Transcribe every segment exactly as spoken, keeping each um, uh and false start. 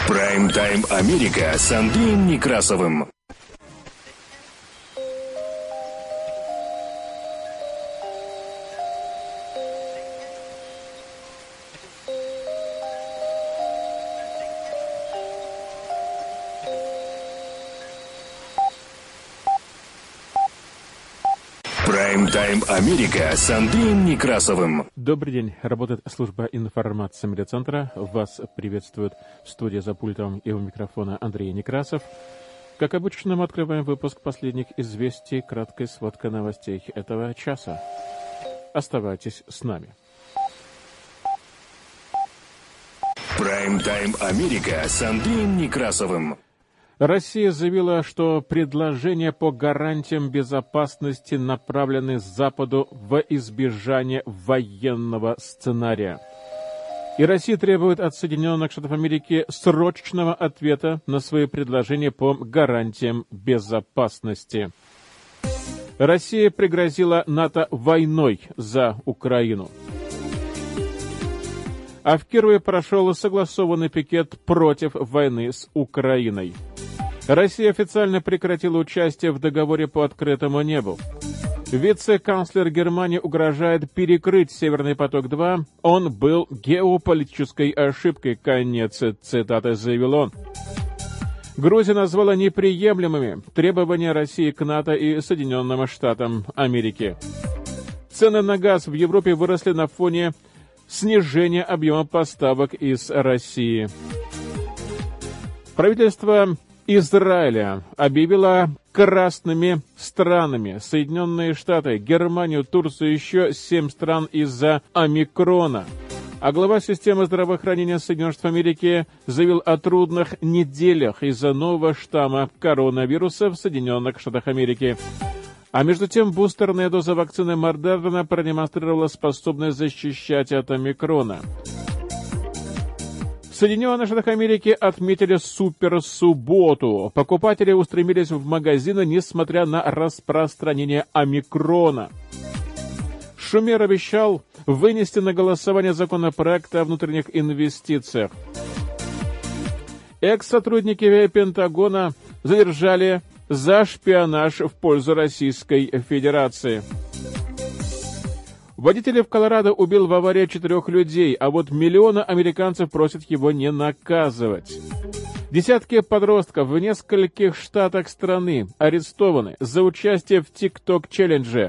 Прайм-тайм Америка с Андреем Некрасовым. Прайм-тайм Америка с Андреем Некрасовым. Добрый день. Работает служба информации медиацентра. Вас приветствует студия за пультом и у микрофона Андрей Некрасов. Как обычно, мы открываем выпуск последних известий, краткой сводка новостей этого часа. Оставайтесь с нами. Прайм-тайм Америка с Андреем Некрасовым. Россия заявила, что предложения по гарантиям безопасности направлены Западу во избежание военного сценария. И Россия требует от Соединенных Штатов Америки срочного ответа на свои предложения по гарантиям безопасности. Россия пригрозила НАТО войной за Украину. А в Кирове прошел согласованный пикет против войны с Украиной. Россия официально прекратила участие в договоре по открытому небу. Вице-канцлер Германии угрожает перекрыть «Северный поток-два». Он был геополитической ошибкой. Конец цитаты, заявил он. Грузия назвала неприемлемыми требования России к НАТО и Соединенным Штатам Америки. Цены на газ в Европе выросли на фоне снижения объема поставок из России. Правительство Израиля объявило красными странами Соединенные Штаты, Германию, Турцию и еще семь стран из-за омикрона. А глава системы здравоохранения Соединенных Штатов Америки заявил о трудных неделях из-за нового штамма коронавируса в Соединенных Штатах Америки. А между тем, бустерная доза вакцины Модерна продемонстрировала способность защищать от омикрона. В Соединенных Штатах Америки отметили суперсубботу. Покупатели устремились в магазины, несмотря на распространение омикрона. Шумер обещал вынести на голосование законопроект о внутренних инвестициях. Экс-сотрудники Пентагона задержали за шпионаж в пользу Российской Федерации. Водитель в Колорадо убил в аварии четырех людей, а вот миллионы американцев просят его не наказывать. Десятки подростков в нескольких штатах страны арестованы за участие в TikTok-челлендже.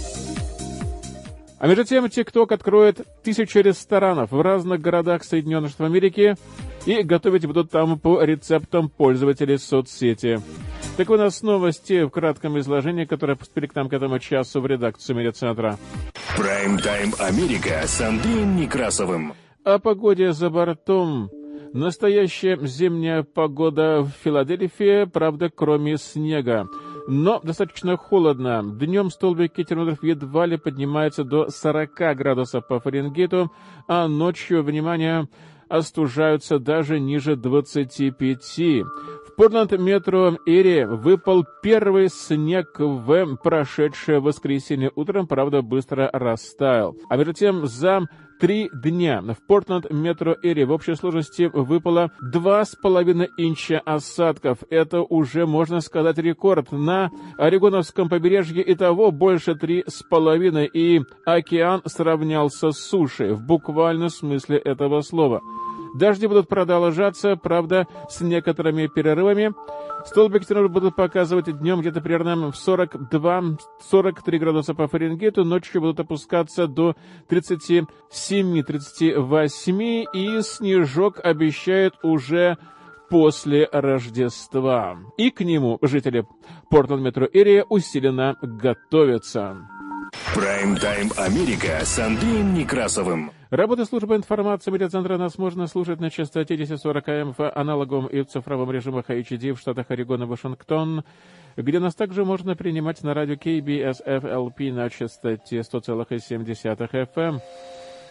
А между тем, TikTok откроет тысячи ресторанов в разных городах Соединенных Штатов Америки и готовить будут там по рецептам пользователей соцсети. Так у нас новости в кратком изложении, которые поступили к нам к этому часу в редакцию медиацентра. Прайм-тайм Америка с Андреем Некрасовым. О погоде за бортом. Настоящая зимняя погода в Филадельфии, правда, кроме снега. Но достаточно холодно. Днем столбики термометров едва ли поднимаются до сорока градусов по Фаренгейту, а ночью, внимание, остужаются даже ниже двадцати пяти. В Портленд-метро-эре выпал первый снег в прошедшее воскресенье утром, правда, быстро растаял. А между тем, за три дня в Портленд-метро-эре в общей сложности выпало два с половиной инча осадков. Это уже, можно сказать, рекорд. На Орегоновском побережье и того больше три с половиной, и океан сравнялся с сушей в буквальном смысле этого слова. Дожди будут продолжаться, правда, с некоторыми перерывами. Столбики термометров будут показывать днем где-то примерно в сорок два - сорок три градуса по Фаренгейту, ночью будут опускаться до тридцати семи - тридцати восьми, и снежок обещают уже после Рождества. И к нему жители Портленд-метро-эре усиленно готовятся. Прайм-тайм Америка с Андреем Некрасовым. Работа службы информации медиацентра нас можно слушать на частоте десять сорок АМ в аналоговом и в цифровом режимах эйч ди в штатах Орегон и Вашингтон, где нас также можно принимать на радио кей би эс эф эл пи на частоте сто целых семь десятых эф эм.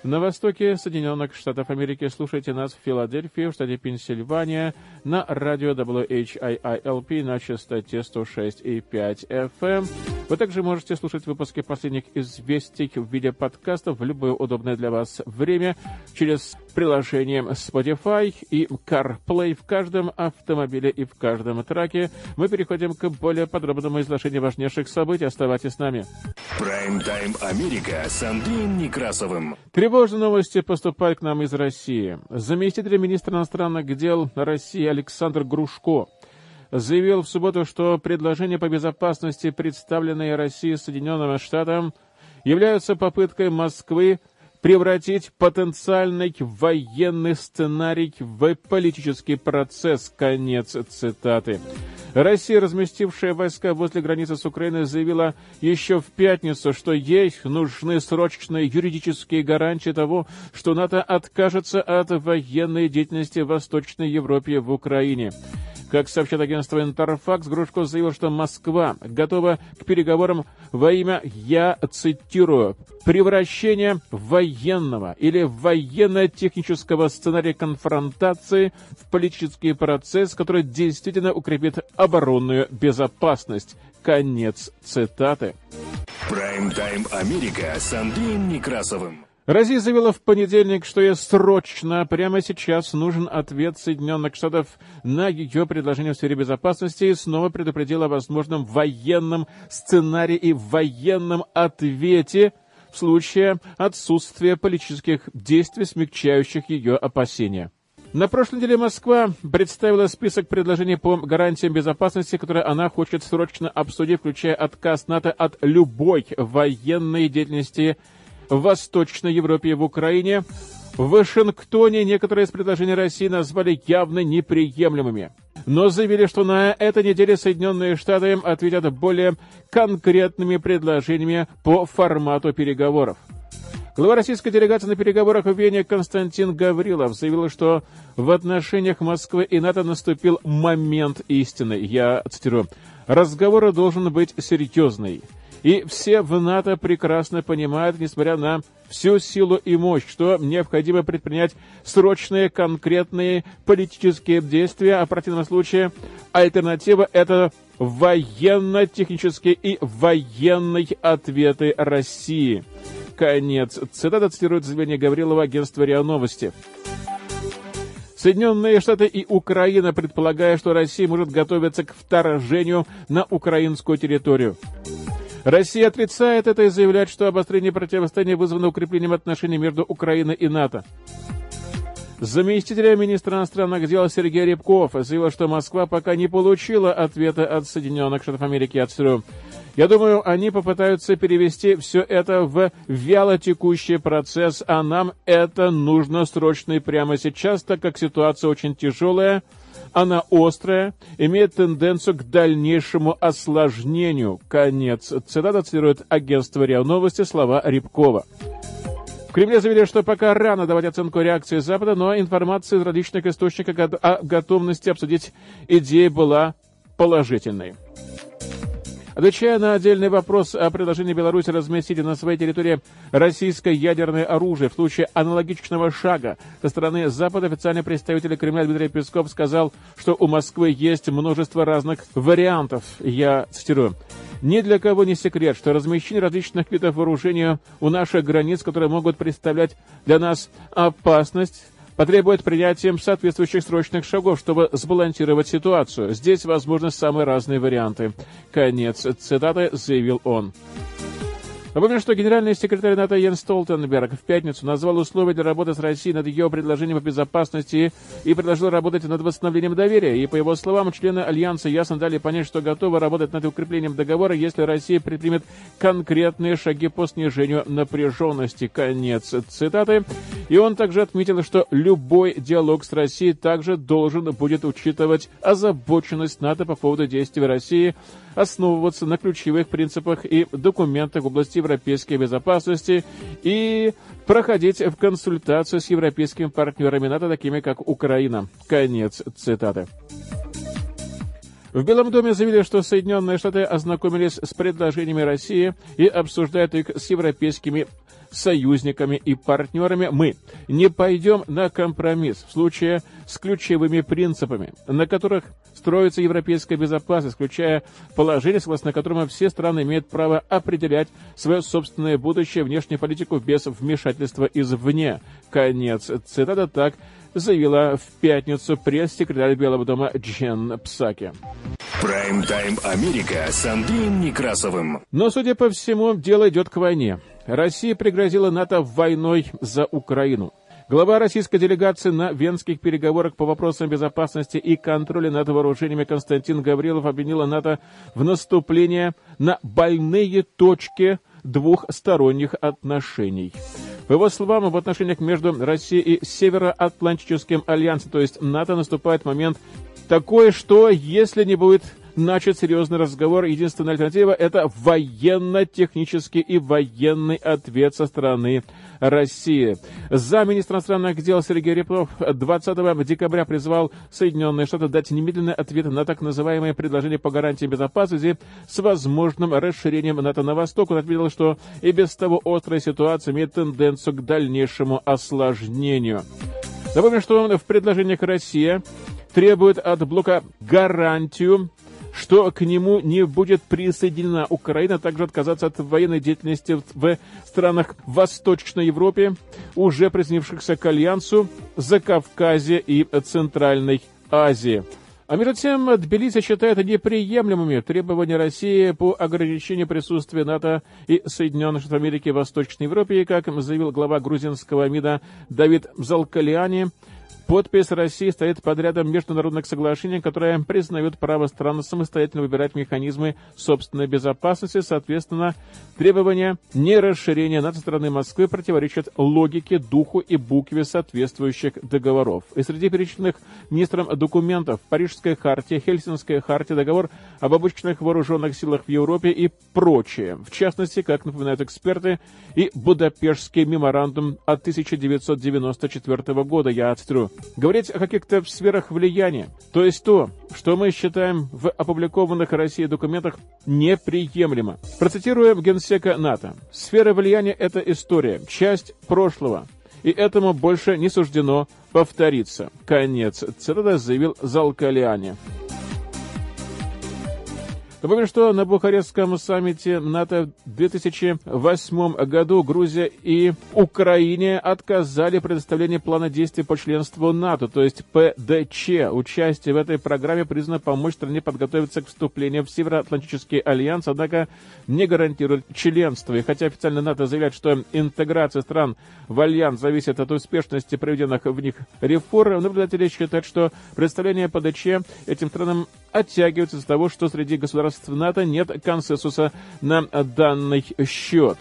На востоке Соединенных Штатов Америки слушайте нас в Филадельфии, в штате Пенсильвания, на радио дабл ю эйч ай ай эл пи на частоте сто шесть и пять эф эм. Вы также можете слушать выпуски последних известий в виде подкастов в любое удобное для вас время через приложение Spotify и CarPlay в каждом автомобиле и в каждом траке. Мы переходим к более подробному изложению важнейших событий. Оставайтесь с нами. Прайм-тайм Америка с Андреем Некрасовым. Тревожные новости поступают к нам из России. Заместитель министра иностранных дел России Александр Грушко заявил в субботу, что предложения по безопасности, представленные Россией Соединенным Штатам, являются попыткой Москвы превратить потенциальный военный сценарий в политический процесс. Конец цитаты. Россия, разместившая войска возле границы с Украиной, заявила еще в пятницу, что ей нужны срочные юридические гарантии того, что НАТО откажется от военной деятельности в Восточной Европе в Украине. Как сообщает агентство Интерфакс, Грушко заявил, что Москва готова к переговорам во имя, я цитирую, превращения военного или военно-технического сценария конфронтации в политический процесс, который действительно укрепит оборонную безопасность. Конец цитаты. Прайм-тайм Америка с Андреем Некрасовым. Россия заявила в понедельник, что ей срочно, прямо сейчас, нужен ответ Соединенных Штатов на ее предложение в сфере безопасности и снова предупредила о возможном военном сценарии и военном ответе в случае отсутствия политических действий, смягчающих ее опасения. На прошлой неделе Москва представила список предложений по гарантиям безопасности, которые она хочет срочно обсудить, включая отказ НАТО от любой военной деятельности в Восточной Европе и в Украине. В Вашингтоне некоторые из предложений России назвали явно неприемлемыми, но заявили, что на этой неделе Соединенные Штаты ответят более конкретными предложениями по формату переговоров. Глава российской делегации на переговорах в Вене Константин Гаврилов заявил, что в отношениях Москвы и НАТО наступил момент истины. Я цитирую: «Разговор должен быть серьезный. И все в НАТО прекрасно понимают, несмотря на всю силу и мощь, что необходимо предпринять срочные, конкретные политические действия, а в противном случае альтернатива — это военно-технические и военные ответы России». Конец цитаты, цитирует заявление Гаврилова агентства РИА Новости. Соединенные Штаты и Украина предполагают, что Россия может готовиться к вторжению на украинскую территорию. Россия отрицает это и заявляет, что обострение противостояния вызвано укреплением отношений между Украиной и НАТО. Заместитель министра иностранных дел Сергей Рябков заявил, что Москва пока не получила ответа от Соединенных Штатов Америки. Я цитирую: «Я думаю, они попытаются перевести все это в вялотекущий процесс, а нам это нужно срочно и прямо сейчас, так как ситуация очень тяжелая, она острая, имеет тенденцию к дальнейшему осложнению». Конец цитаты, цитирует агентство РИА Новости слова Рябкова. В Кремле заявили, что пока рано давать оценку реакции Запада, но информация из различных источников о готовности обсудить идеи была положительной. Отвечая на отдельный вопрос о предложении Беларуси разместить на своей территории российское ядерное оружие в случае аналогичного шага со стороны Запада, официальный представитель Кремля Дмитрий Песков сказал, что у Москвы есть множество разных вариантов. Я цитирую: «Ни для кого не секрет, что размещение различных видов вооружения у наших границ, которые могут представлять для нас опасность, потребует принятия соответствующих срочных шагов, чтобы сбалансировать ситуацию. Здесь возможны самые разные варианты». Конец цитаты, заявил он. Напомню, что генеральный секретарь НАТО Йенс Столтенберг в пятницу назвал условия для работы с Россией над ее предложением по безопасности и предложил работать над восстановлением доверия. И, по его словам, члены Альянса ясно дали понять, что готовы работать над укреплением договора, если Россия предпримет конкретные шаги по снижению напряженности. Конец цитаты. И он также отметил, что любой диалог с Россией также должен будет учитывать озабоченность НАТО по поводу действий России, основываться на ключевых принципах и документах в области европейской безопасности и проходить в консультацию с европейскими партнерами НАТО, такими как Украина. Конец цитаты. В Белом доме заявили, что Соединенные Штаты ознакомились с предложениями России и обсуждают их с европейскими союзниками и партнерами, мы не пойдем на компромисс в случае с ключевыми принципами, на которых строится европейская безопасность, включая положение, согласно которому все страны имеют право определять свое собственное будущее, внешнюю политику без вмешательства извне. Конец цитаты. Так заявила в пятницу пресс-секретарь Белого дома Джен Псаки. Прайм-тайм Америка с Андреем Некрасовым. Но, судя по всему, дело идет к войне. Россия пригрозила НАТО войной за Украину. Глава российской делегации на венских переговорах по вопросам безопасности и контроля над вооружениями Константин Гаврилов обвинил НАТО в наступлении на больные точки двухсторонних отношений. По его словам, в отношениях между Россией и Североатлантическим альянсом, то есть НАТО, наступает момент такой, что если не будет начат серьезный разговор, единственная альтернатива – это военно-технический и военный ответ со стороны России. Замминистра иностранных дел Сергей Ребров двадцатого декабря призвал Соединенные Штаты дать немедленный ответ на так называемые предложения по гарантии безопасности с возможным расширением НАТО на восток. Он отметил, что и без того острая ситуация имеет тенденцию к дальнейшему осложнению. Напомню, что в предложениях Россия требует от блока гарантию, что к нему не будет присоединена Украина, а также отказаться от военной деятельности в странах Восточной Европе, уже присоединившихся к Альянсу, Закавказье и Центральной Азии. А между тем, Тбилиси считает неприемлемыми требования России по ограничению присутствия НАТО и Соединенных Штатов Америки в Восточной Европе. И, как заявил глава грузинского МИДа Давид Залкаляни, подпись России стоит под рядом международных соглашений, которые признают право стран самостоятельно выбирать механизмы собственной безопасности. Соответственно, требования нерасширения НАТО со стороны Москвы противоречат логике, духу и букве соответствующих договоров. И среди перечисленных министром документов Парижская хартия, Хельсинская хартия, договор об обычных вооруженных силах в Европе и прочее. В частности, как напоминают эксперты, и Будапештский меморандум от тысяча девятьсот девяносто четвёртого года. Я цитирую. Говорить о каких-то сферах влияния, то есть то, что мы считаем в опубликованных Россией документах, неприемлемо. Процитируем генсека НАТО. Сфера влияния – это история, часть прошлого, и этому больше не суждено повториться. Конец цитаты, заявил Залкаляни. Напомню, что на Бухарестском саммите НАТО в две тысячи восьмом году Грузия и Украине отказали в предоставлении плана действий по членству НАТО, то есть Пэ Дэ Че. Участие в этой программе призвано помочь стране подготовиться к вступлению в Североатлантический альянс, однако не гарантирует членство. И хотя официально НАТО заявляет, что интеграция стран в альянс зависит от успешности проведенных в них реформ, наблюдатели считают, что представление Пэ Дэ Че этим странам оттягивается из-за того, что среди государств в НАТО нет консенсуса на данный счет.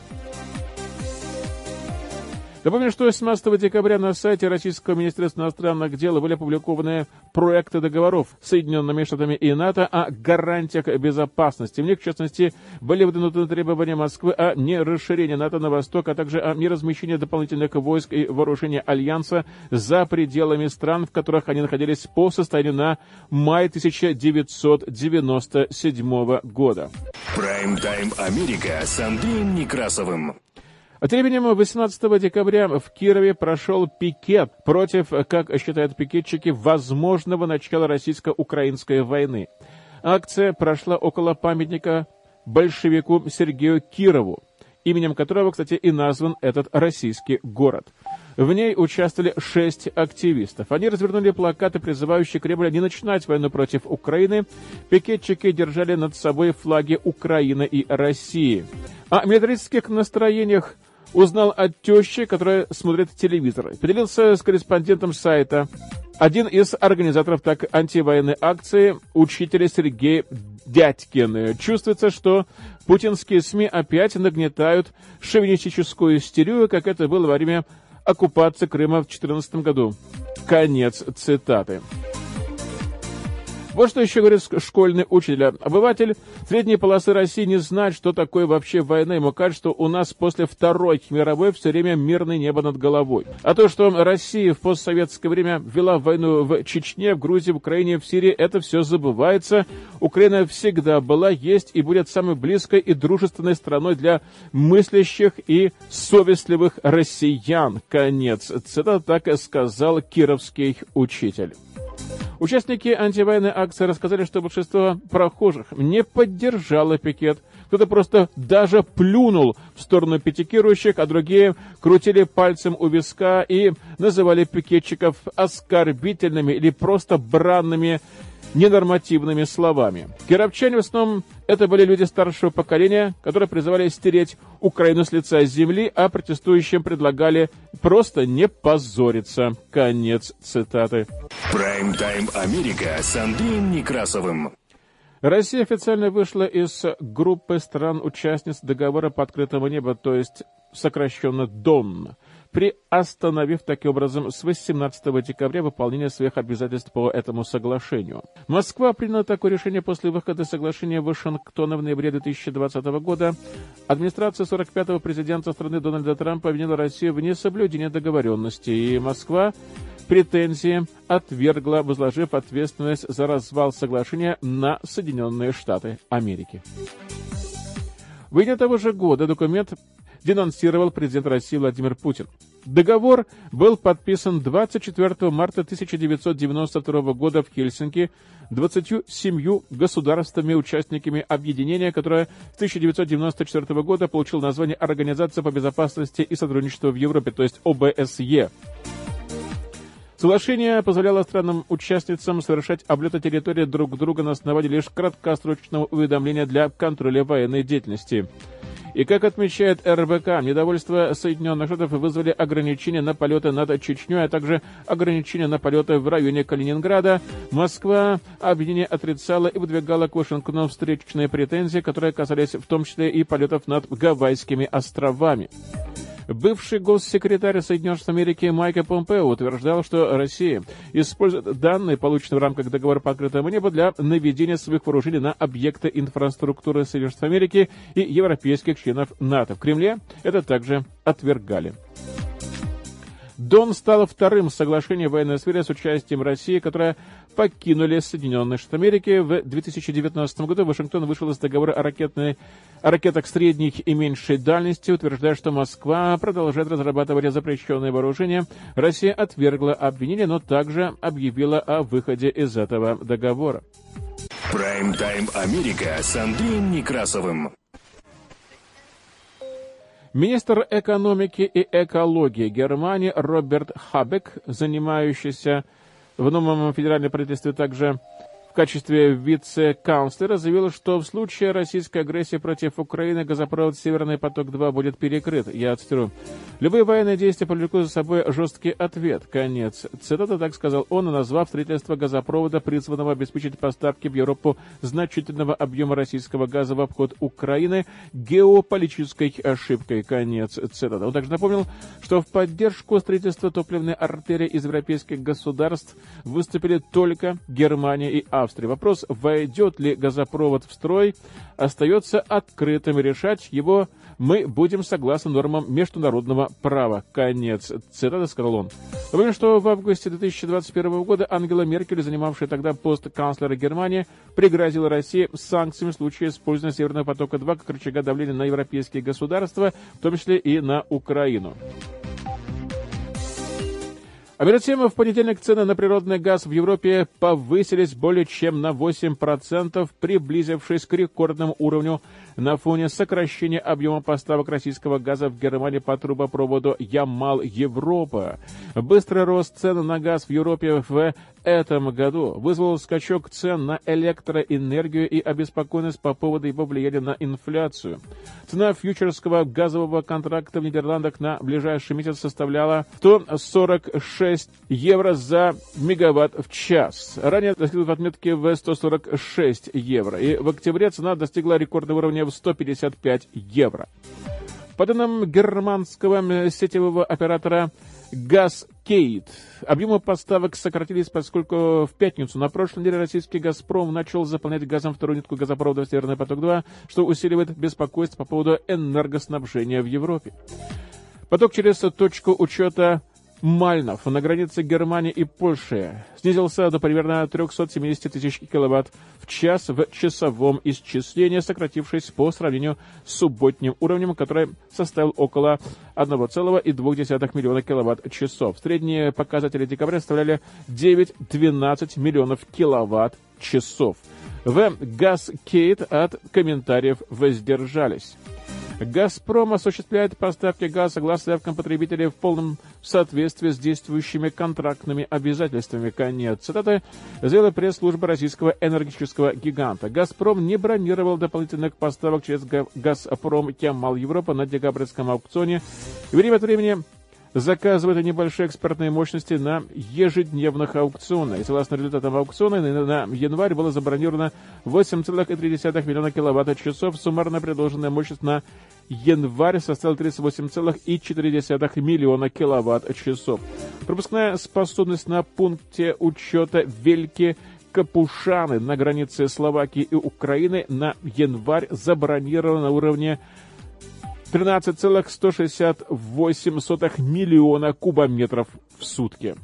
Напомню, что семнадцатого декабря на сайте Российского Министерства иностранных дел были опубликованы проекты договоров с Соединенными Штатами и НАТО о гарантиях безопасности. В них, в частности, были выдвинуты требования Москвы о нерасширении НАТО на восток, а также о неразмещении дополнительных войск и вооружения Альянса за пределами стран, в которых они находились по состоянию на май тысяча девятьсот девяносто седьмого года. Прайм-тайм Америка с Андреем Некрасовым. А тем временем восемнадцатого декабря в Кирове прошел пикет против, как считают пикетчики, возможного начала российско-украинской войны. Акция прошла около памятника большевику Сергею Кирову, именем которого, кстати, и назван этот российский город. В ней участвовали шесть активистов. Они развернули плакаты, призывающие Кремль не начинать войну против Украины. Пикетчики держали над собой флаги Украины и России. О милитаристских настроениях узнал от тещи, которая смотрит телевизор. Поделился с корреспондентом сайта один из организаторов так антивоенной акции, учитель Сергей Дядькин. Чувствуется, что путинские СМИ опять нагнетают шовинистическую истерию, как это было во время оккупации Крыма в две тысячи четырнадцатом году. Конец цитаты. Вот что еще говорит школьный учитель. Обыватель средней полосы России не знает, что такое вообще война. Ему кажется, что у нас после Второй мировой все время мирное небо над головой. А то, что Россия в постсоветское время вела войну в Чечне, в Грузии, в Украине, в Сирии, это все забывается. Украина всегда была, есть и будет самой близкой и дружественной страной для мыслящих и совестливых россиян. Конец. Цитата, так и сказал кировский учитель. Участники антивоенной акции рассказали, что большинство прохожих не поддержало пикет. Кто-то просто даже плюнул в сторону пикетирующих, а другие крутили пальцем у виска и называли пикетчиков оскорбительными или просто бранными, ненормативными словами. Кировчане в основном это были люди старшего поколения, которые призывали стереть Украину с лица земли, а протестующим предлагали просто не позориться. Конец цитаты. Прайм-тайм Америка с Андреем Некрасовым. Россия официально вышла из группы стран-участниц договора по открытому небу, то есть сокращенно ДОН, приостановив таким образом с восемнадцатого декабря выполнение своих обязательств по этому соглашению. Москва приняла такое решение после выхода соглашения Вашингтона в ноябре две тысячи двадцатого года. Администрация сорок пятого президента страны Дональда Трампа обвинила Россию в несоблюдении договоренности, и Москва претензии отвергла, возложив ответственность за развал соглашения на Соединенные Штаты Америки. В июне того же года документ денонсировал президент России Владимир Путин. Договор был подписан двадцать четвёртого марта тысяча девятьсот девяносто второго года в Хельсинки двадцатью семью государствами-участниками объединения, которое с тысяча девятьсот девяносто четвёртого года получило название Организация по безопасности и сотрудничеству в Европе, то есть О Бэ Эс Е. Соглашение позволяло странам-участницам совершать облеты территории друг друга на основании лишь краткосрочного уведомления для контроля военной деятельности. И, как отмечает Эр Бэ Ка, недовольство Соединенных Штатов вызвали ограничения на полеты над Чечней, а также ограничения на полеты в районе Калининграда. Москва объединение отрицала и выдвигала к Вашингтону встречные претензии, которые касались в том числе и полетов над Гавайскими островами. Бывший госсекретарь Соединенных Штатов Америки Майк Помпео утверждал, что Россия использует данные, полученные в рамках договора по открытому небу, для наведения своих вооружений на объекты инфраструктуры Соединенных Штатов Америки и европейских членов НАТО. В Кремле это также отвергали. ДОН стало вторым соглашением в военной сфере с участием России, которое покинули Соединенные Штаты Америки. В две тысячи девятнадцатом году Вашингтон вышел из договора о, ракетной, о ракетах средней и меньшей дальности, утверждая, что Москва продолжает разрабатывать запрещенные вооружения. Россия отвергла обвинения, но также объявила о выходе из этого договора. Прайм-тайм Америка с Андреем Некрасовым. Министр экономики и экологии Германии Роберт Хабек, занимающийся в новом федеральном правительстве также в качестве вице-канцлера, заявил, что в случае российской агрессии против Украины газопровод «Северный поток-два» будет перекрыт. Я цитирую. «Любые военные действия повлекут за собой жесткий ответ». Конец. Цитата, так сказал он, назвав строительство газопровода, призванного обеспечить поставки в Европу значительного объема российского газа в обход Украины, геополитической ошибкой. Конец. Цитата. Он также напомнил, что в поддержку строительства топливной артерии из европейских государств выступили только Германия и Австрия. Австрии. Вопрос, войдет ли газопровод в строй, остается открытым. Решать его мы будем согласно нормам международного права. Конец цитаты, сказал он. Напомню, что в августе две тысячи двадцать первого года Ангела Меркель, занимавшая тогда пост канцлера Германии, пригрозила России санкциями в случае использования «Северного потока-два» как рычага давления на европейские государства, в том числе и на Украину. А между тем, в понедельник цены на природный газ в Европе повысились более чем на восемь процентов, приблизившись к рекордному уровню на фоне сокращения объема поставок российского газа в Германии по трубопроводу Ямал-Европа. Быстрый рост цен на газ в Европе в этом году вызвал скачок цен на электроэнергию и обеспокоенность по поводу его влияния на инфляцию. Цена фьючерсского газового контракта в Нидерландах на ближайший месяц составляла сто сорок шесть евро за мегаватт в час. Ранее достигла отметки в сто сорок шесть евро. И в октябре цена достигла рекордного уровня в сто пятьдесят пять евро. По данным германского сетевого оператора Газ «Газкейт». Объемы поставок сократились, поскольку в пятницу на прошлой неделе российский «Газпром» начал заполнять газом вторую нитку газопровода «Северный поток-два», что усиливает беспокойство по поводу энергоснабжения в Европе. Поток через точку учета Мальнов на границе Германии и Польши снизился до примерно триста семьдесят тысяч киловатт в час в часовом исчислении, сократившись по сравнению с субботним уровнем, который составил около одного целого двух десятых миллиона киловатт-часов. Средние показатели декабря составляли девять-двенадцать миллионов киловатт-часов. В «Газкейт» от комментариев воздержались. «Газпром» осуществляет поставки газа согласно заявкам потребителей в полном соответствии с действующими контрактными обязательствами. Конец цитаты заявила пресс-служба российского энергетического гиганта. «Газпром» не бронировал дополнительных поставок через «Газпром Ямал Европа» на декабрьском аукционе. Время от времени заказывают небольшие экспортные мощности на ежедневных аукционах. И согласно результатам аукциона, на январь было забронировано восемь целых три десятых миллиона киловатт-часов. Суммарно предложенная мощность на январь составила тридцать восемь целых четыре десятых миллиона киловатт-часов. Пропускная способность на пункте учета Вельки Капушаны на границе Словакии и Украины на январь забронирована на уровне тринадцать целых сто шестьдесят восемь сотых миллиона кубометров в сутки.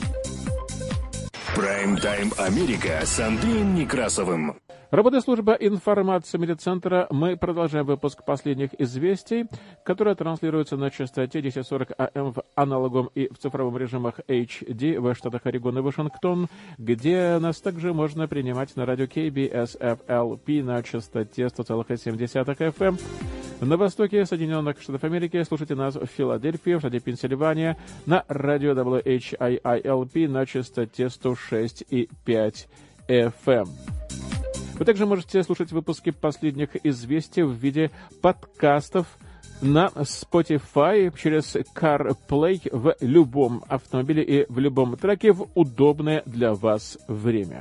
Прайм-тайм Америка с Андреем Некрасовым. Работает служба информации медиацентра. Мы продолжаем выпуск последних известий, которые транслируются на частоте десять сорок АМ в аналоговом и в цифровом режимах эйч ди в штатах Орегон и Вашингтон, где нас также можно принимать на радио кей би эс эф эл пи на частоте сто целых семь десятых эф эм. На востоке Соединенных Штатов Америки слушайте нас в Филадельфии, в штате Пенсильвания, на радио дабл ю эйч ай ай эл пи на частоте сто шесть и пять эф эм. Вы также можете слушать выпуски последних известий в виде подкастов на Spotify через CarPlay в любом автомобиле и в любом треке в удобное для вас время.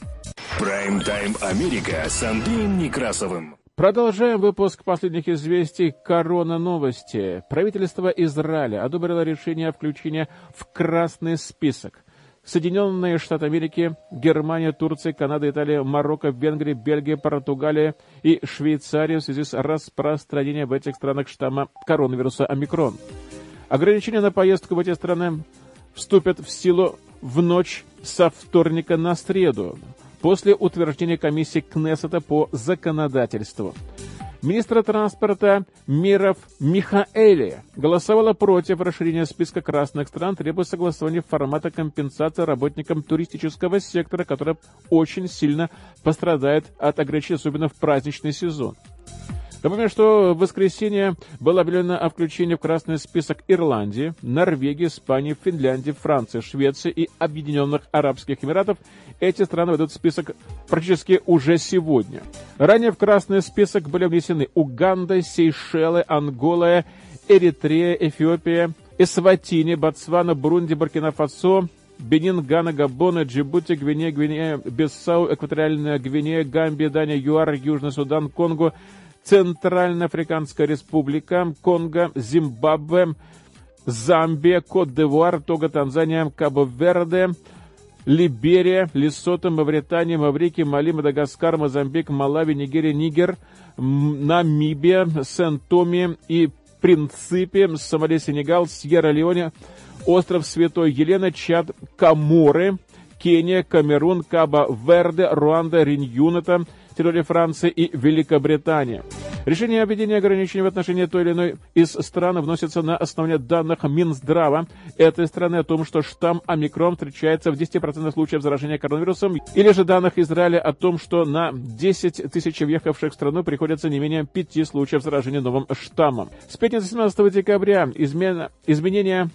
Прайм-тайм Америка с Андреем Некрасовым. Продолжаем выпуск последних известий. Корона новости. Правительство Израиля одобрило решение о включении в красный список Соединенные Штаты Америки, Германия, Турция, Канада, Италия, Марокко, Венгрия, Бельгия, Португалия и Швейцария в связи с распространением в этих странах штамма коронавируса омикрон. Ограничения на поездку в эти страны вступят в силу в ночь со вторника на среду, после утверждения комиссии Кнессета по законодательству. Министр транспорта Миров Михаэли голосовала против расширения списка красных стран, требуя согласования формата компенсации работникам туристического сектора, который очень сильно пострадает от ограничений, особенно в праздничный сезон. Напомню, что в воскресенье было объявлено о включении в красный список Ирландии, Норвегии, Испании, Финляндии, Франции, Швеции и Объединенных Арабских Эмиратов. Эти страны войдут в список практически уже сегодня. Ранее в красный список были внесены Уганда, Сейшелы, Ангола, Эритрея, Эфиопия, Эсватини, Ботсвана, Бурунди, Буркина-Фасо, Бенин, Гана, Габон, Джибути, Гвинея, Гвинея, Бисау, Экваториальная Гвинея, Гамбия, Дания, ЮАР, Южный Судан, Конго, Центральноафриканская Республика, Конго, Зимбабве, Замбия, Кот-д'Ивуар, Того, Танзания, Кабо-Верде, Либерия, Лесото, Мавритания, Маврикий, Мали, Мадагаскар, Мозамбик, Малави, Нигерия, Нигер, Намибия, Сент-Томе и Принципе, Сомали, Сенегал, Сьерра-Леоне, остров Святой Елены, Чад, Коморы, Кения, Камерун, Кабо-Верде, Руанда, Риньюната, территория Франции и Великобритания. Решение о введении ограничений в отношении той или иной из стран вносится на основании данных Минздрава этой страны о том, что штамм омикрон встречается в десяти процентах случаев заражения коронавирусом, или же данных Израиля о том, что на десять тысяч въехавших в страну приходится не менее пяти случаев заражения новым штаммом. С пятницы семнадцатого декабря измена, изменения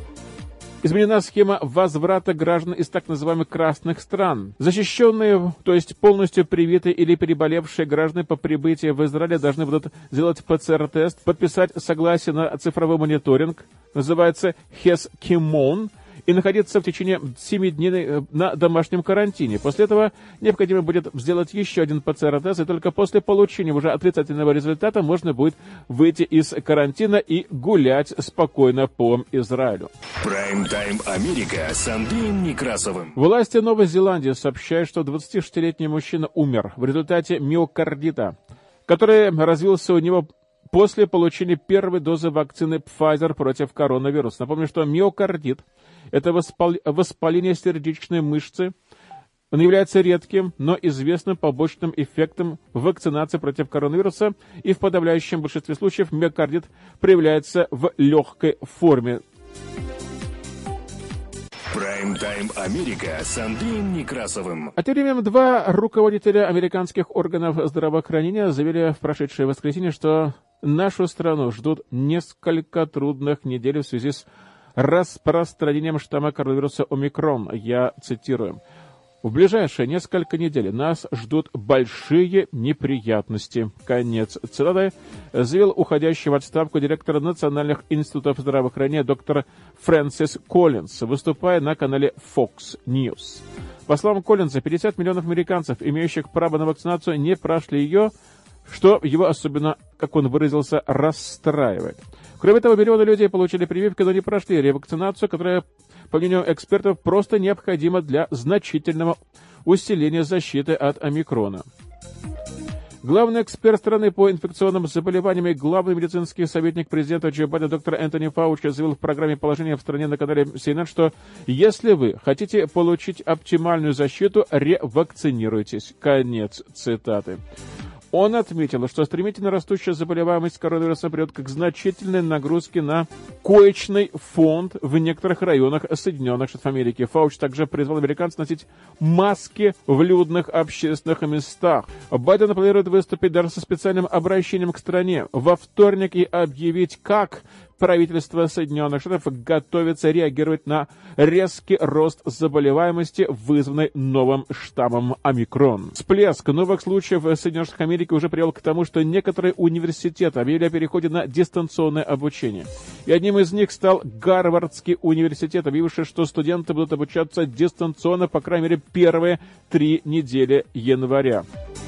Изменена схема возврата граждан из так называемых красных стран. Защищенные, то есть полностью привитые или переболевшие граждане по прибытии в Израиль должны будут сделать ПЦР-тест, подписать согласие на цифровой мониторинг, называется Хескимон, и находиться в течение семи дней на домашнем карантине. После этого необходимо будет сделать еще один ПЦР-тест, и только после получения уже отрицательного результата можно будет выйти из карантина и гулять спокойно по Израилю. Прайм-тайм Америка с Андреем Некрасовым. Власти Новой Зеландии сообщают, что двадцатишестилетний мужчина умер в результате миокардита, который развился у него после получения первой дозы вакцины Pfizer против коронавируса. Напомню, что миокардит – это воспаление сердечной мышцы. Он является редким, но известным побочным эффектом вакцинации против коронавируса, и в подавляющем большинстве случаев миокардит проявляется в легкой форме. Прайм-тайм Америка с Андреем Некрасовым. А тем временем два руководителя американских органов здравоохранения заявили в прошедшее воскресенье, что нашу страну ждут несколько трудных недель в связи с распространением штамма коронавируса омикрон. Я цитирую. В ближайшие несколько недель нас ждут большие неприятности. Конец цитаты заявил уходящий в отставку директор Национальных институтов здравоохранения доктор Фрэнсис Коллинз, выступая на канале Fox News. По словам Коллинза, пятьдесят миллионов американцев, имеющих право на вакцинацию, не прошли ее, что его особенно, как он выразился, расстраивает. Кроме того, миллионы людей получили прививки, но не прошли ревакцинацию, которая, по мнению экспертов, просто необходима для значительного усиления защиты от омикрона. Главный эксперт страны по инфекционным заболеваниям и главный медицинский советник президента Джо Байдена доктор Энтони Фаучи заявил в программе «Положение в стране» на канале си эн эн, что если вы хотите получить оптимальную защиту, ревакцинируйтесь. Конец цитаты. Он отметил, что стремительно растущая заболеваемость коронавирусом приведет к значительной нагрузке на коечный фонд в некоторых районах Соединенных Штатов Америки. Фауч также призвал американцев носить маски в людных общественных местах. Байден планирует выступить даже со специальным обращением к стране во вторник и объявить, как правительство Соединенных Штатов готовится реагировать на резкий рост заболеваемости, вызванной новым штаммом омикрон. Всплеск новых случаев в Соединенных Штатах Америки уже привел к тому, что некоторые университеты объявили о переходе на дистанционное обучение. И одним из них стал Гарвардский университет, объявивший, что студенты будут обучаться дистанционно, по крайней мере, первые три недели января.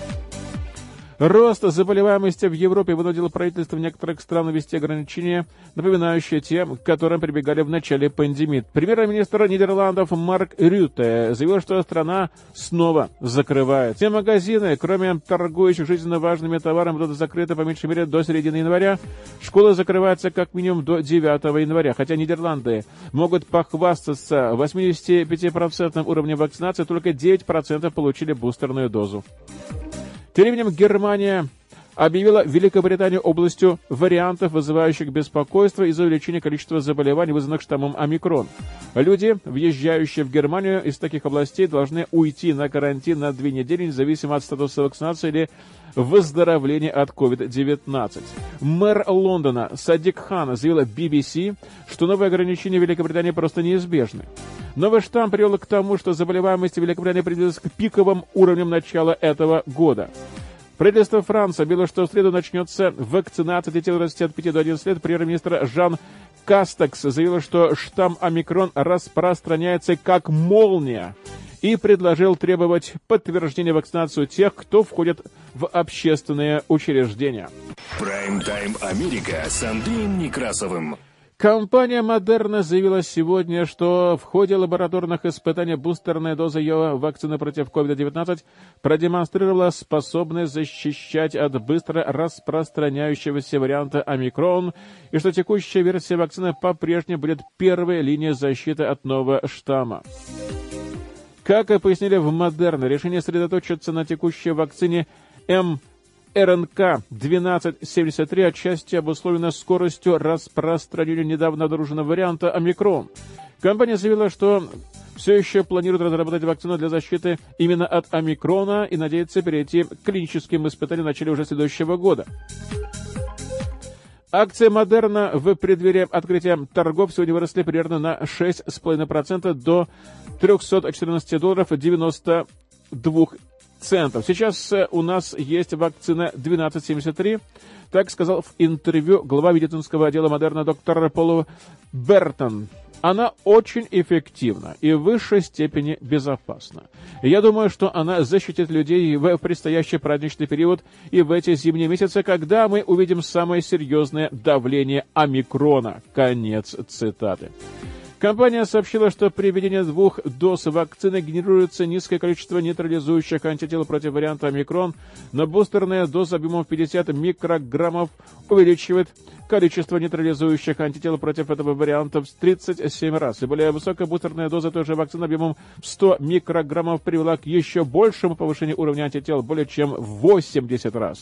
Рост заболеваемости в Европе вынудил правительство некоторых стран ввести ограничения, напоминающие те, к которым прибегали в начале пандемии. Премьер-министр Нидерландов Марк Рютте заявил, что страна снова закрывает. Все магазины, кроме торгующих жизненно важными товарами, будут закрыты по меньшей мере до середины января. Школы закрываются как минимум до девятого января. Хотя Нидерланды могут похвастаться восемьдесят пять процентов уровнем вакцинации, только девять процентов получили бустерную дозу. Тем временем Германия объявила Великобританию областью вариантов, вызывающих беспокойство из-за увеличения количества заболеваний, вызванных штаммом омикрон. Люди, въезжающие в Германию из таких областей, должны уйти на карантин на две недели, независимо от статуса вакцинации или выздоровления от ковид девятнадцать. Мэр Лондона Садик Хан заявила би би си, что новые ограничения в Великобритании просто неизбежны. Новый штамм привел к тому, что заболеваемость в Великобритании приблизилась к пиковым уровням начала этого года. Правительство Франции объявило, что в среду начнется вакцинация детей в возрасте от пяти до одиннадцати лет. Премьер-министр Жан Кастекс заявил, что штамм омикрон распространяется как молния, и предложил требовать подтверждения вакцинации тех, кто входит в общественные учреждения. Прайм-тайм Америка с Андреем Некрасовым. Компания Moderna заявила сегодня, что в ходе лабораторных испытаний бустерная доза ее вакцины против ковид девятнадцать продемонстрировала способность защищать от быстро распространяющегося варианта омикрон, и что текущая версия вакцины по-прежнему будет первой линией защиты от нового штамма. Как и пояснили в Moderna, решение сосредоточиться на текущей вакцине эм эр эн ка двенадцать семьдесят три отчасти обусловлено скоростью распространения недавно обнаруженного варианта омикрон. Компания заявила, что все еще планирует разработать вакцину для защиты именно от омикрона и надеется перейти к клиническим испытаниям в начале уже следующего года. Акции Moderna в преддверии открытия торгов сегодня выросли примерно на шесть целых пять десятых процента до триста четырнадцать долларов девяносто два центов. Сейчас у нас есть вакцина двенадцать семьдесят три, так сказал в интервью глава медицинского отдела Moderna доктор Пол Бертон. Она очень эффективна и в высшей степени безопасна. Я думаю, что она защитит людей в предстоящий праздничный период и в эти зимние месяцы, когда мы увидим самое серьезное давление омикрона. Конец цитаты. Компания сообщила, что при введении двух доз вакцины генерируется низкое количество нейтрализующих антител против варианта омикрон, но бустерная доза объемом пятьдесят микрограммов увеличивает количество нейтрализующих антител против этого варианта в тридцать семь раз. И более высокая бустерная доза той же вакцины объемом сто микрограммов привела к еще большему повышению уровня антител более чем в восемьдесят раз.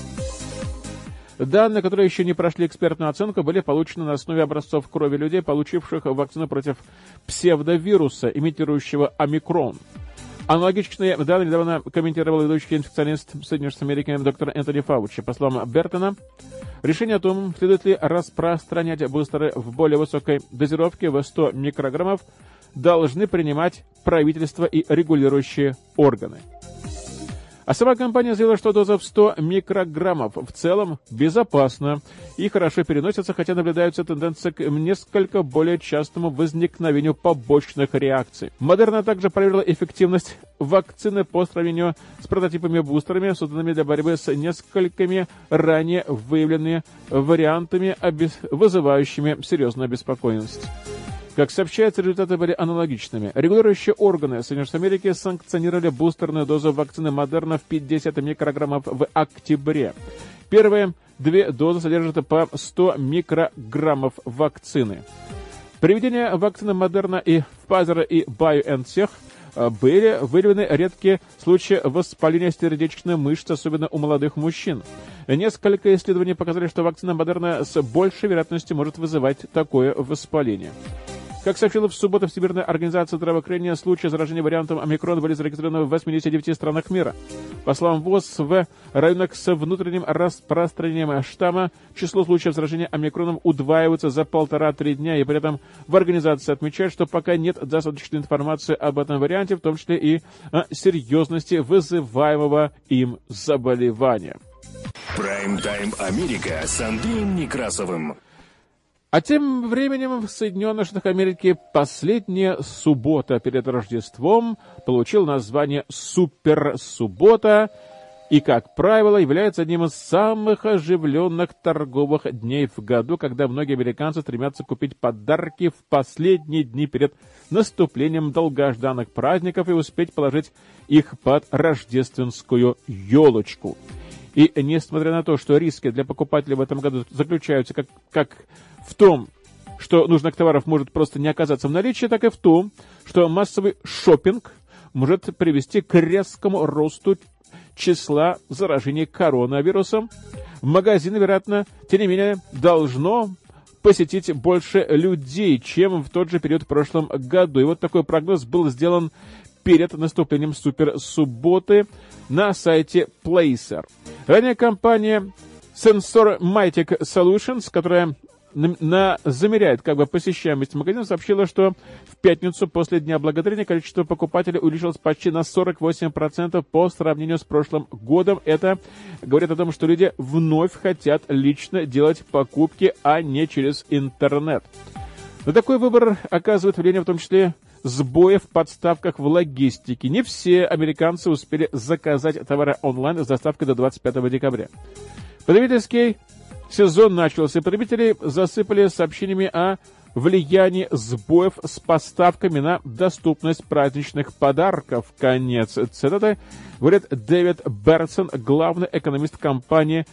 Данные, которые еще не прошли экспертную оценку, были получены на основе образцов крови людей, получивших вакцину против псевдовируса, имитирующего омикрон. Аналогичные данные недавно комментировал ведущий инфекционист Соединенных Штатов Америки доктор Энтони Фаучи. По словам Бертона, решение о том, следует ли распространять бустеры в более высокой дозировке в сто микрограммов, должны принимать правительство и регулирующие органы. А сама компания заявила, что доза в сто микрограммов в целом безопасна и хорошо переносится, хотя наблюдаются тенденции к несколько более частому возникновению побочных реакций. Модерна также проверила эффективность вакцины по сравнению с прототипами-бустерами, созданными для борьбы с несколькими ранее выявленными вариантами, вызывающими серьезную обеспокоенность. Как сообщается, результаты были аналогичными. Регулирующие органы Соединенных Штатов Америки санкционировали бустерную дозу вакцины Модерна в пятьдесят микрограммов в октябре. Первые две дозы содержат по сто микрограммов вакцины. При введении вакцины Модерна и Pfizer и BioNTech были выявлены редкие случаи воспаления сердечной мышцы, особенно у молодых мужчин. Несколько исследований показали, что вакцина Модерна с большей вероятностью может вызывать такое воспаление. Как сообщила в субботу Всемирная организация здравоохранения, случаи заражения вариантом омикрон были зарегистрированы в восьмидесяти девяти странах мира. По словам ВОЗ, в районах с внутренним распространением штамма число случаев заражения омикроном удваивается за полтора-три дня, и при этом в организации отмечают, что пока нет достаточной информации об этом варианте, в том числе и о серьезности вызываемого им заболевания. Прайм-тайм Америка с Андреем Некрасовым. А тем временем в Соединенных Штатах Америки последняя суббота перед Рождеством получила название «Суперсуббота» и, как правило, является одним из самых оживленных торговых дней в году, когда многие американцы стремятся купить подарки в последние дни перед наступлением долгожданных праздников и успеть положить их под рождественскую елочку. И несмотря на то, что риски для покупателей в этом году заключаются как, как в том, что нужных товаров может просто не оказаться в наличии, так и в том, что массовый шопинг может привести к резкому росту числа заражений коронавирусом. Магазины, вероятно, тем не менее, должно посетить больше людей, чем в тот же период в прошлом году. И вот такой прогноз был сделан перед наступлением суперсубботы на сайте Placer. Ранее компания Sensormatic Solutions, которая на, на, замеряет как бы посещаемость магазина, сообщила, что в пятницу после Дня Благодарения количество покупателей увеличилось почти на сорок восемь процентов по сравнению с прошлым годом. Это говорит о том, что люди вновь хотят лично делать покупки, а не через интернет. На такой выбор оказывает влияние в том числе сбои в подставках в логистике. Не все американцы успели заказать товары онлайн с доставкой до двадцать пятого декабря. Потребительский сезон начался, и потребители засыпали сообщениями о влиянии сбоев с поставками на доступность праздничных подарков. Конец цитаты. Говорит Дэвид Бертсон, главный экономист компании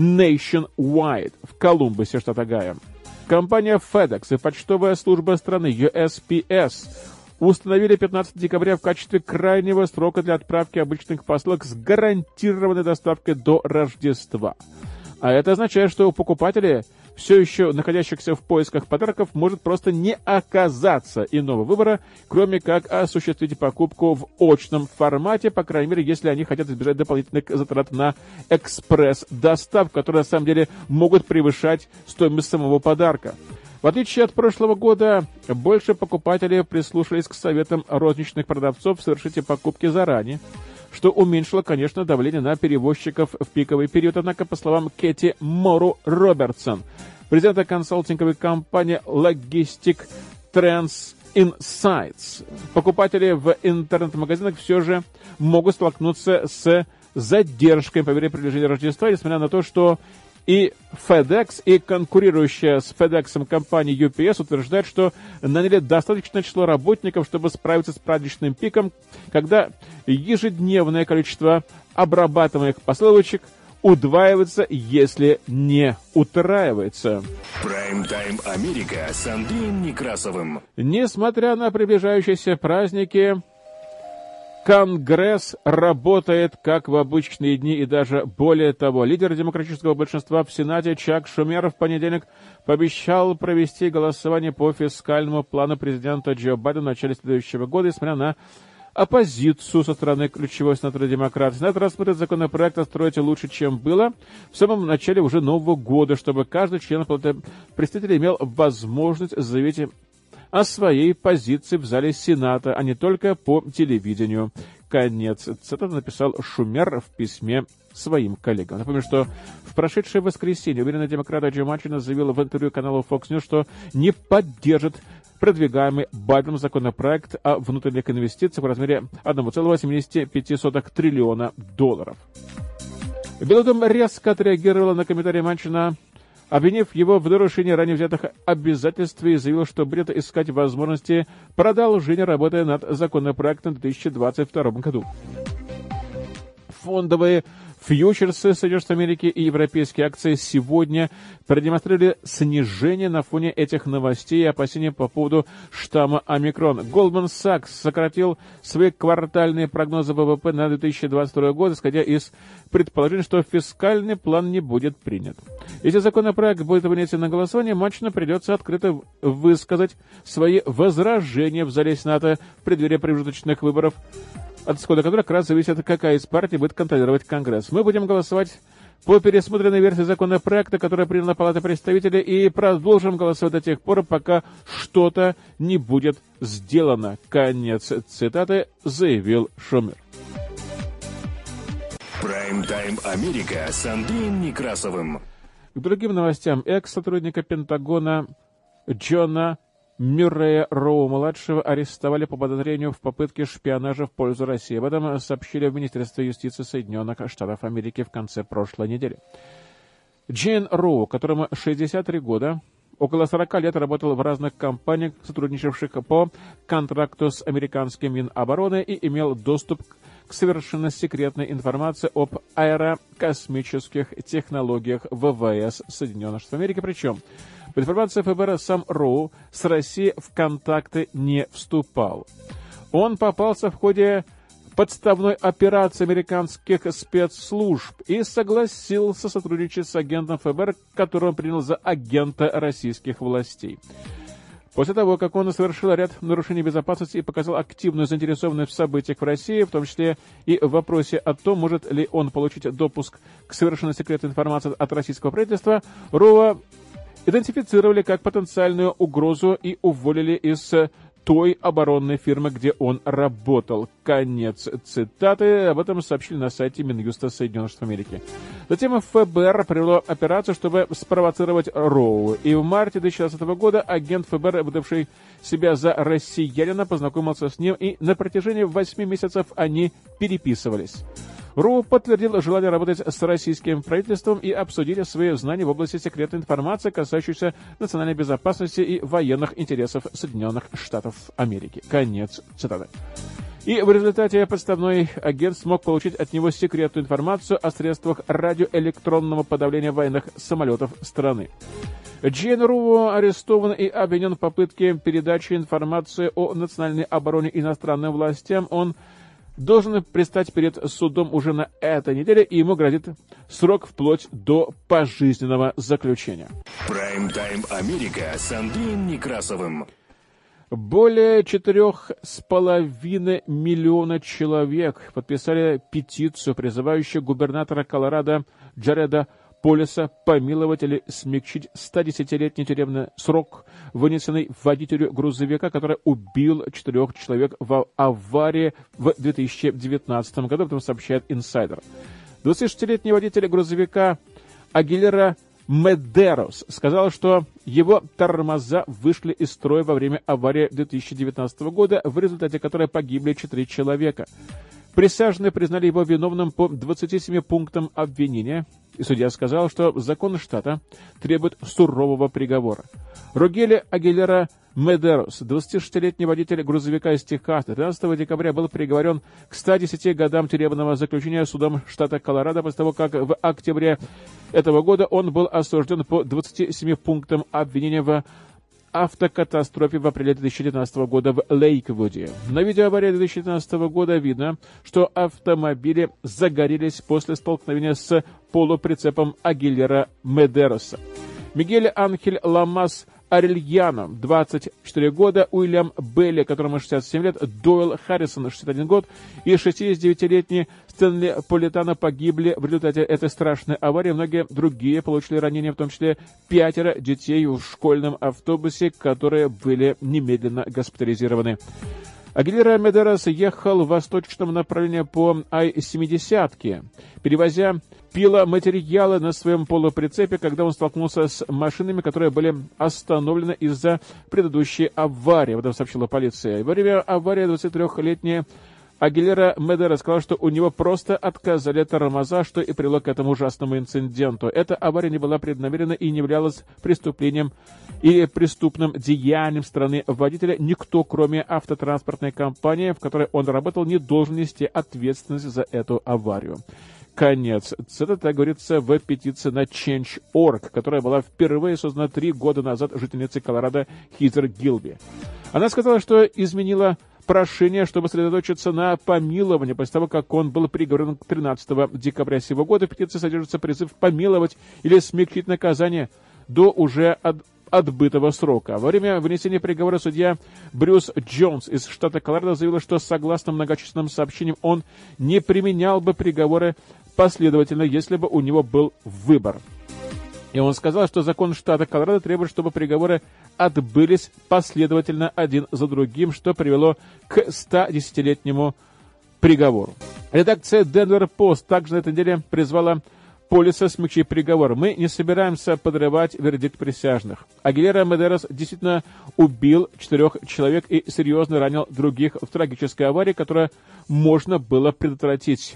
Nationwide в Колумбусе, штат Огайо. Компания FedEx и почтовая служба страны ю эс пи эс установили пятнадцатого декабря в качестве крайнего срока для отправки обычных посылок с гарантированной доставкой до Рождества. А это означает, что у покупателей, все еще находящихся в поисках подарков, может просто не оказаться иного выбора, кроме как осуществить покупку в очном формате, по крайней мере, если они хотят избежать дополнительных затрат на экспресс-доставку, которые на самом деле могут превышать стоимость самого подарка. В отличие от прошлого года, больше покупателей прислушались к советам розничных продавцов совершить покупки заранее, что уменьшило, конечно, давление на перевозчиков в пиковый период. Однако, по словам Кэти Мору Робертсон, президента консалтинговой компании Logistic Trends Insights. Покупатели в интернет-магазинах все же могут столкнуться с задержкой по мере приближения Рождества, несмотря на то, что и FedEx, и конкурирующая с FedEx компания ю пи эс утверждает, что наняли достаточное число работников, чтобы справиться с праздничным пиком, когда ежедневное количество обрабатываемых посылочек удваивается, если не утраивается. Прайм-тайм Америка с Андреем Некрасовым. Несмотря на приближающиеся праздники, Конгресс работает как в обычные дни и даже более того. Лидер демократического большинства в Сенате Чак Шумер в понедельник пообещал провести голосование по фискальному плану президента Джо Байдена в начале следующего года, несмотря на оппозицию со стороны ключевой сенатора демократов. Сенат рассмотрит законопроект «Строить лучше, чем было» в самом начале уже нового года, чтобы каждый член палаты представителей имел возможность заявить о своей позиции в зале Сената, а не только по телевидению. Конец цитаты написал Шумер в письме своим коллегам. Напомню, что в прошедшее воскресенье уверенный демократ Джо Манчин заявил в интервью каналу Fox News, что не поддержит продвигаемый Байденом законопроект о внутренних инвестициях в размере одна целая восемьдесят пять сотых триллиона долларов. Белый дом резко отреагировал на комментарии Манчина, обвинив его в нарушении ранее взятых обязательств, и заявил, что будет искать возможности продолжения работы над законопроектом в две тысячи двадцать втором году. Фондовые фьючерсы Соединенных Штатов Америки и европейские акции сегодня продемонстрировали снижение на фоне этих новостей и опасений по поводу штамма омикрон. Goldman Sachs сократил свои квартальные прогнозы вэ вэ пэ на две тысячи двадцать второй год, исходя из предположения, что фискальный план не будет принят. Если законопроект будет вынесен на голосование, Манчину придется открыто высказать свои возражения в зале Сената в преддверии промежуточных выборов, от исхода которых как раз зависит, какая из партий будет контролировать Конгресс. Мы будем голосовать по пересмотренной версии законопроекта, которая приняла Палата представителей, и продолжим голосовать до тех пор, пока что-то не будет сделано. Конец цитаты, заявил Шумер. Прайм-тайм Америка с Андреем Некрасовым. К другим новостям. Экс-сотрудника Пентагона Джона Мюррея Роу-младшего арестовали по подозрению в попытке шпионажа в пользу России. Об этом сообщили в Министерстве юстиции Соединенных Штатов Америки в конце прошлой недели. Джейн Роу, которому шестьдесят три года, около сорока лет работал в разных компаниях, сотрудничавших по контракту с американским Минобороны, и имел доступ к совершенно секретной информации об аэрокосмических технологиях вэ вэ эс Соединенных Штатов Америки. Причем, по информации эф бэ эр, сам Роу с Россией в контакты не вступал. Он попался в ходе подставной операции американских спецслужб и согласился сотрудничать с агентом эф бэ эр, которого он принял за агента российских властей. После того, как он совершил ряд нарушений безопасности и показал активную заинтересованность в событиях в России, в том числе и в вопросе о том, может ли он получить допуск к совершенно секретной информации от российского правительства, Роу идентифицировали как потенциальную угрозу и уволили из той оборонной фирмы, где он работал. Конец цитаты. Об этом сообщили на сайте Минюста Соединенных Штатов Америки. Затем эф бэ эр провело операцию, чтобы спровоцировать Роу. И в марте две тысячи двадцатого года агент эф бэ эр, выдавший себя за россиянина, познакомился с ним, и на протяжении восьми месяцев они переписывались. Роу подтвердил желание работать с российским правительством и обсудить свои знания в области секретной информации, касающейся национальной безопасности и военных интересов Соединенных Штатов Америки. Конец цитаты. И в результате подставной агент смог получить от него секретную информацию о средствах радиоэлектронного подавления военных самолетов страны. Джейн Роу арестован и обвинен в попытке передачи информации о национальной обороне иностранным властям. Он должен предстать перед судом уже на этой неделе, и ему грозит срок вплоть до пожизненного заключения. Прайм-тайм Америка с Андреем Некрасовым. Более четырех с половиной миллиона человек подписали петицию, призывающую губернатора Колорадо Джареда Полиса помиловать или смягчить стодесятилетний тюремный срок, вынесенный водителю грузовика, который убил четырех человек в аварии в две тысячи девятнадцатом году, об этом сообщает Инсайдер. двадцатишестилетний водитель грузовика Агилера Медерос сказал, что его тормоза вышли из строя во время аварии две тысячи девятнадцатого года, в результате которой погибли четыре человека. Присяжные признали его виновным по двадцати семи пунктам обвинения, и судья сказал, что законы штата требуют сурового приговора. Рогелио Агилера Медерос, двадцатишестилетний водитель грузовика из Техаса, тринадцатого декабря был приговорен к ста десяти годам тюремного заключения судом штата Колорадо после того, как в октябре этого года он был осужден по двадцати семи пунктам обвинения в автокатастрофе в апреле две тысячи девятнадцатого года в Лейквуде. На видео аварии две тысячи девятнадцатого года видно, что автомобили загорелись после столкновения с полуприцепом Агилера Медероса. Мигель Анхель Ламас Арельяно, двадцать четыре года, Уильям Белли, которому шестьдесят семь лет, Дойл Харрисон, шестьдесят один год, и шестидесятидевятилетний Стэнли Политано погибли в результате этой страшной аварии. Многие другие получили ранения, в том числе пятеро детей в школьном автобусе, которые были немедленно госпитализированы. Агилера Медерос ехал в восточном направлении по Ай семьдесят, перевозя пиломатериалы на своем полуприцепе, когда он столкнулся с машинами, которые были остановлены из-за предыдущей аварии, об этом сообщила полиция. Во время аварии двадцатитрёхлетний Агилера Медерос сказал, что у него просто отказали тормоза, что и привело к этому ужасному инциденту. Эта авария не была преднамерена и не являлась преступлением или преступным деянием стороны водителя. Никто, кроме автотранспортной компании, в которой он работал, не должен нести ответственность за эту аварию. Конец цитаты, так говорится в петиции на Change точка орг, которая была впервые создана три года назад жительницей Колорадо Хизер Гилби. Она сказала, что изменила прошение, чтобы сосредоточиться на помиловании после того, как он был приговорен тринадцатого декабря сего года. В петиции содержится призыв помиловать или смягчить наказание до уже от отбытого срока. Во время вынесения приговора судья Брюс Джонс из штата Колорадо заявил, что согласно многочисленным сообщениям он не применял бы приговоры последовательно, если бы у него был выбор. И он сказал, что закон штата Колорадо требует, чтобы приговоры отбылись последовательно один за другим, что привело к стодесятилетнему приговору. Редакция Denver Post также на этой неделе призвала полиса смягчить приговор. Мы не собираемся подрывать вердикт присяжных. Агилера Медерос действительно убил четырех человек и серьезно ранил других в трагической аварии, которую можно было предотвратить.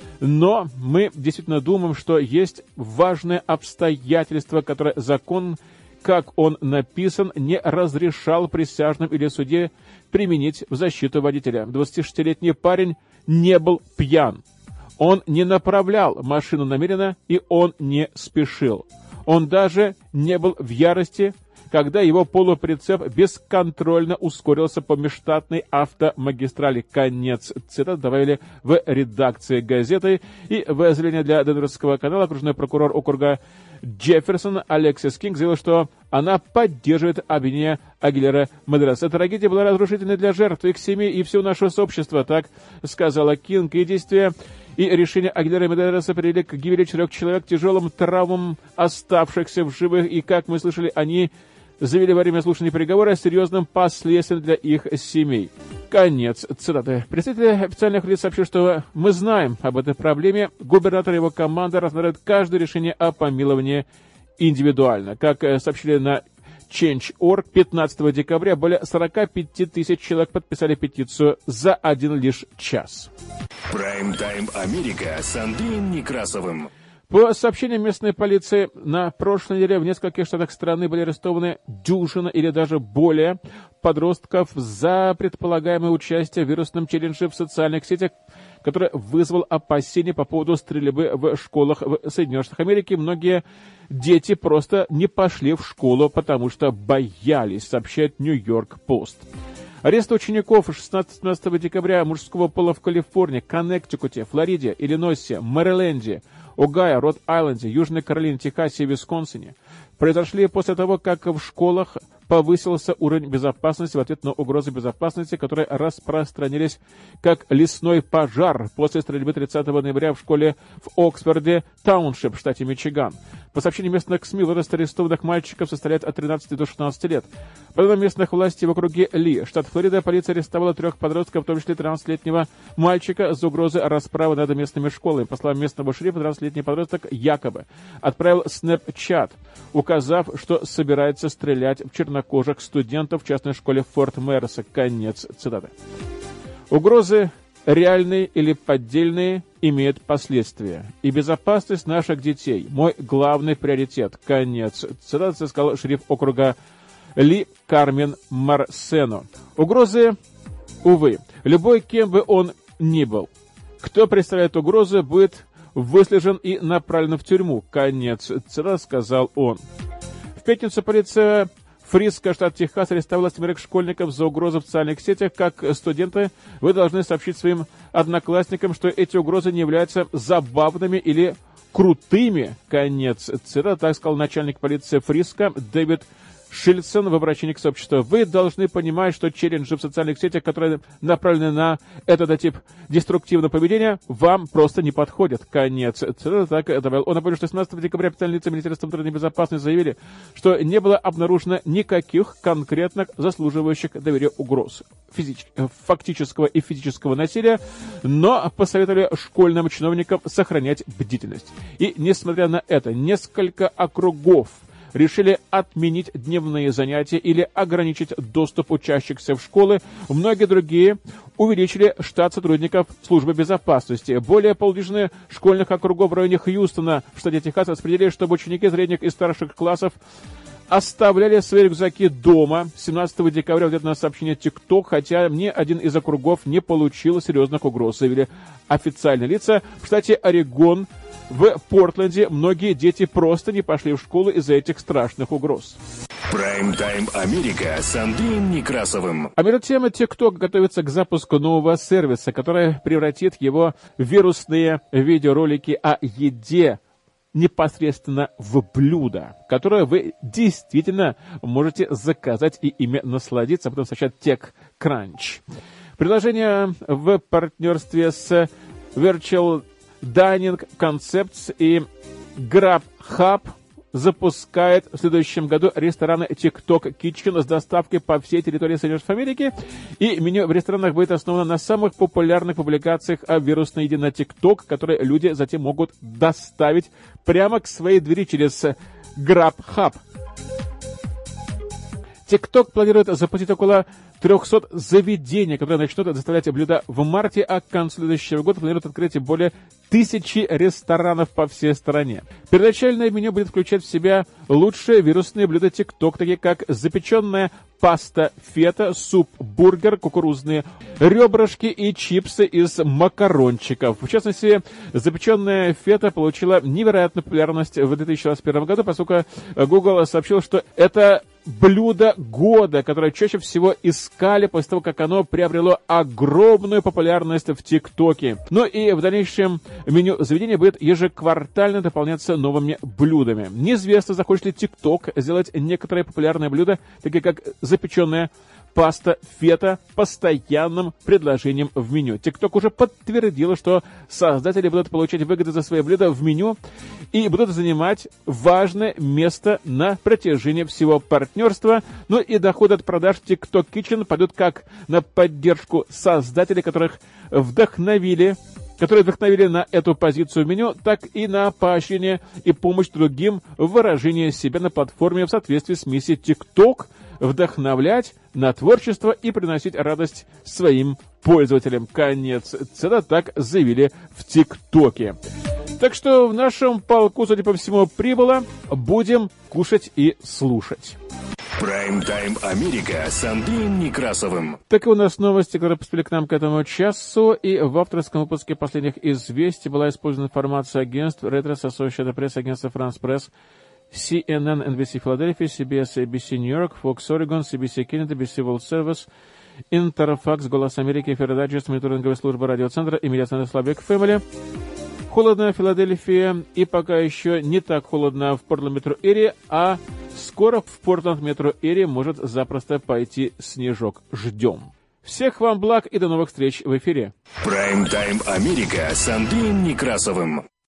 Но мы действительно думаем, что есть важное обстоятельство, которое закон, как он написан, не разрешал присяжным или судье применить в защиту водителя. двадцатишестилетний парень не был пьян. Он не направлял машину намеренно, и он не спешил. Он даже не был в ярости, когда его полуприцеп бесконтрольно ускорился по межштатной автомагистрали. Конец цитаты добавили в редакции газеты. И в заявлении для Денверского канала окружной прокурор округа Джефферсон Алексис Кинг заявил, что она поддерживает обвинение Агилера Медероса. Эта трагедия была разрушительной для жертв, их семьи и всего нашего сообщества, так сказала Кинг. И действия и решение Агилера Медероса привели к гибели четырех человек, тяжелым травмам оставшихся в живых, и, как мы слышали, они заявили во время слушания приговора о серьезным последствиям для их семей. Конец цитаты. Представители официальных лиц сообщили, что мы знаем об этой проблеме. Губернатор и его команда рассмотрят каждое решение о помиловании индивидуально. Как сообщили на Change точка орг, пятнадцатого декабря более сорока пяти тысяч человек подписали петицию за один лишь час. Прайм-тайм Америка с Андреем Некрасовым. По сообщениям местной полиции, на прошлой неделе в нескольких штатах страны были арестованы дюжина или даже более подростков за предполагаемое участие в вирусном челлендже в социальных сетях, который вызвал опасения по поводу стрельбы в школах в Соединенных Штатах Америки. Многие дети просто не пошли в школу, потому что боялись, сообщает Нью-Йорк Пост. Арест учеников шестнадцатого-семнадцатого декабря мужского пола в Калифорнии, Коннектикуте, Флориде, Иллинойсе, Мэриленде, Огайо, Род-Айленде, Южной Каролине, Техасе и Висконсине произошли после того, как в школах повысился уровень безопасности в ответ на угрозы безопасности, которые распространились как лесной пожар после стрельбы тридцатого ноября в школе в Оксфорде Тауншип в штате Мичиган. По сообщению местных СМИ, возраст арестованных мальчиков составляет от тринадцати до шестнадцати лет. По данным местных властей в округе Ли, штат Флорида, полиция арестовала трех подростков, в том числе тринадцатилетнего мальчика, за угрозы расправы над местными школами. По словам местного шерифа, тринадцатилетний подросток якобы отправил снэпчат, указав, что собирается стрелять в чернокожих студентов в частной школе Форт Мэрса. Конец цитаты. Угрозы, реальные или поддельные, имеют последствия. И безопасность наших детей – мой главный приоритет. Конец цитаты, сказал шериф округа Ли Кармен Марсено. Угрозы, увы, любой, кем бы он ни был. Кто представляет угрозы, будет выслежен и направлен в тюрьму. Конец цитаты, сказал он. В пятницу полиция Фриско, штат Техас, арестовала семерых школьников за угрозы в социальных сетях. Как студенты, вы должны сообщить своим одноклассникам, что эти угрозы не являются забавными или крутыми. Конец цитаты, так сказал начальник полиции Фриско Дэвид Шильсон в обращении к сообществу. Вы должны понимать, что челленджи в социальных сетях, которые направлены на этот тип деструктивного поведения, вам просто не подходят. Конец цитаты. Так добавил. Он напомнил, что семнадцатого декабря официальные лица Министерства внутренней безопасности заявили, что не было обнаружено никаких конкретных заслуживающих доверия угроз физич... фактического и физического насилия, но посоветовали школьным чиновникам сохранять бдительность. И несмотря на это, несколько округов решили отменить дневные занятия или ограничить доступ учащихся в школы. Многие другие увеличили штат сотрудников службы безопасности. Более полдюжины школьных округов в районе Хьюстона в штате Техас распределили, чтобы ученики средних и старших классов оставляли свои рюкзаки дома. семнадцатого декабря в ответ на сообщение TikTok, хотя ни один из округов не получил серьезных угроз, заявили официальные лица. В штате Орегон, в Портленде, многие дети просто не пошли в школу из-за этих страшных угроз. Прайм-тайм Америка с Андреем Некрасовым. А между тем, TikTok готовится к запуску нового сервиса, который превратит его в вирусные видеоролики о еде непосредственно в блюдо, которое вы действительно можете заказать и ими насладиться, а потом сообщать TechCrunch. Приложение в партнерстве с Virtual Dining Concepts и GrabHub запускает в следующем году рестораны TikTok Kitchen с доставкой по всей территории Соединенных Штатов Америки. И меню в ресторанах будет основано на самых популярных публикациях о вирусной еде на TikTok, которые люди затем могут доставить прямо к своей двери через GrabHub. TikTok планирует запустить около трехсот заведений, которые начнут доставлять блюда в марте, а к концу следующего года планируют открыть более тысячи ресторанов по всей стране. Первоначальное меню будет включать в себя лучшие вирусные блюда TikTok, такие как запеченная паста фета, суп-бургер, кукурузные ребрышки и чипсы из макарончиков. В частности, запеченная фета получила невероятную популярность в две тысячи двадцать первом году, поскольку Google сообщил, что это блюдо года, которое чаще всего искали после того, как оно приобрело огромную популярность в ТикТоке. Ну и в дальнейшем меню заведения будет ежеквартально дополняться новыми блюдами. Неизвестно, захочет ли ТикТок сделать некоторые популярные блюда, такие как запеченная паста фета, постоянным предложением в меню. TikTok уже подтвердила, что создатели будут получать выгоды за свои блюда в меню и будут занимать важное место на протяжении всего партнерства. Ну и доходы от продаж TikTok Kitchen пойдут как на поддержку создателей, которых вдохновили которые вдохновили на эту позицию в меню, так и на поощрение и помощь другим в выражении себя на платформе в соответствии с миссией TikTok, вдохновлять на творчество и приносить радость своим пользователям. Конец цитаты, так заявили в ТикТоке. Так что в нашем полку, судя по всему, прибыло. Будем кушать и слушать. Прайм-тайм Америка с Андреем Некрасовым. Так и у нас новости, которые поступили к нам к этому часу. И в авторском выпуске последних известий была использована информация агентств Reuters, Associated Press, агентства France Press, си эн эн, эн би си Philadelphia, си би эс, эй би си Нью-Йорк, Fox Oregon, си би си Canada, би би си World Service, Интерфакс, Голос Америки, Фердайджест, мониторинговая служба радиоцентра и медиацентр Слабек Фэмили. Холодно в Филадельфии и пока еще не так холодно в Портленд-Метро Эри, а Скоро в Портленд-метро-эре может запросто пойти снежок. Ждем. Всех вам благ и до новых встреч в эфире. Прайм-тайм Америка с Андреем Некрасовым.